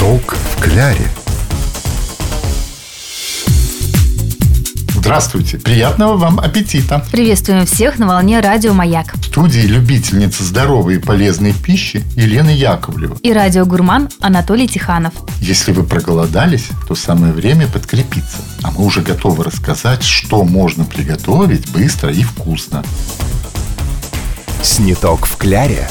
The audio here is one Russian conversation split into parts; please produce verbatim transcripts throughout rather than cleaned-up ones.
Снитолк в кляре. Здравствуйте! Приятного вам аппетита! Приветствуем всех на волне радио «Маяк». В студии любительница здоровой и полезной пищи Елена Яковлева и радиогурман Анатолий Тиханов. Если вы проголодались, то самое время подкрепиться. А мы уже готовы рассказать, что можно приготовить быстро и вкусно. Снитолк в кляре.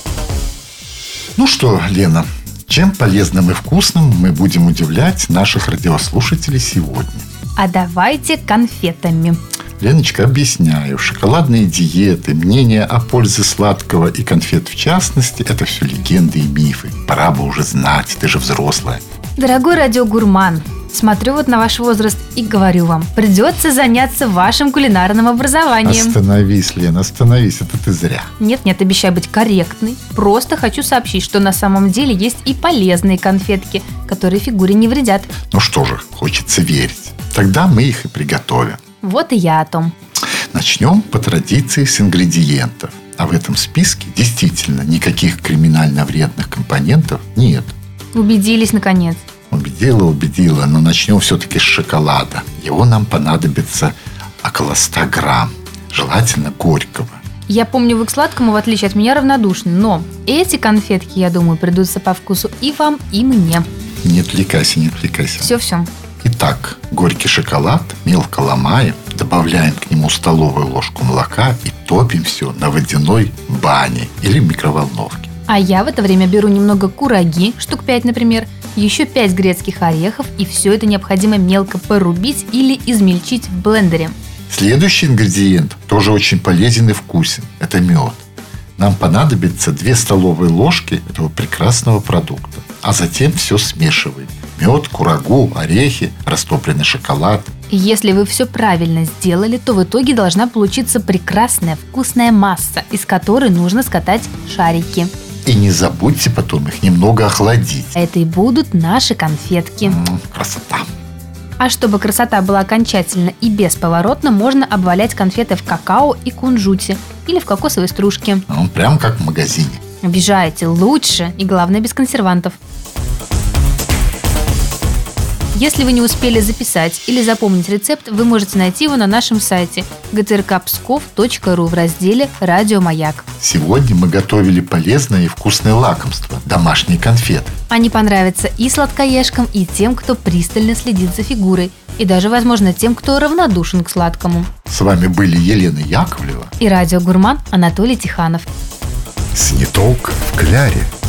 Ну что, Лена, чем полезным и вкусным мы будем удивлять наших радиослушателей сегодня? А давайте конфетами. Леночка, объясняю. Шоколадные диеты, мнения о пользе сладкого и конфет в частности – это все легенды и мифы. Пора бы уже знать, ты же взрослая. Дорогой радиогурман, смотрю вот на ваш возраст и говорю вам, придется заняться вашим кулинарным образованием. Остановись, Лена, остановись, это ты зря. Нет-нет, обещаю быть корректной. Просто хочу сообщить, что на самом деле есть и полезные конфетки, которые фигуре не вредят. Ну что же, хочется верить. Тогда мы их и приготовим. Вот и я о том. Начнем по традиции с ингредиентов. А в этом списке действительно никаких криминально вредных компонентов нет. Убедились, наконец. Убедила, убедила, но начнем все-таки с шоколада. Его нам понадобится около ста грамм, желательно горького. Я помню, вы к сладкому, в отличие от меня, равнодушны, но эти конфетки, я думаю, придутся по вкусу и вам, и мне. Не отвлекайся, не отвлекайся. Все-все. Итак, горький шоколад мелко ломаем, добавляем к нему столовую ложку молока и топим все на водяной бане или микроволновке. А я в это время беру немного кураги, штук пять, например, еще пять грецких орехов, и все это необходимо мелко порубить или измельчить в блендере. Следующий ингредиент тоже очень полезен и вкусен. Это мед. Нам понадобится две столовые ложки этого прекрасного продукта. А затем все смешиваем. Мед, курагу, орехи, растопленный шоколад. Если вы все правильно сделали, то в итоге должна получиться прекрасная вкусная масса, из которой нужно скатать шарики. И не забудьте потом их немного охладить. Это и будут наши конфетки. М-м, красота! А чтобы красота была окончательно и бесповоротно, можно обвалять конфеты в какао и кунжуте или в кокосовой стружке. Ну, прям как в магазине. Обижаете, лучше и, главное, без консервантов. Если вы не успели записать или запомнить рецепт, вы можете найти его на нашем сайте джи ти эр ка псков точка ру в разделе «Радио Маяк». Сегодня мы готовили полезное и вкусное лакомство – домашние конфеты. Они понравятся и сладкоежкам, и тем, кто пристально следит за фигурой, и даже, возможно, тем, кто равнодушен к сладкому. С вами были Елена Яковлева и радиогурман Анатолий Тиханов. Снитолк в кляре.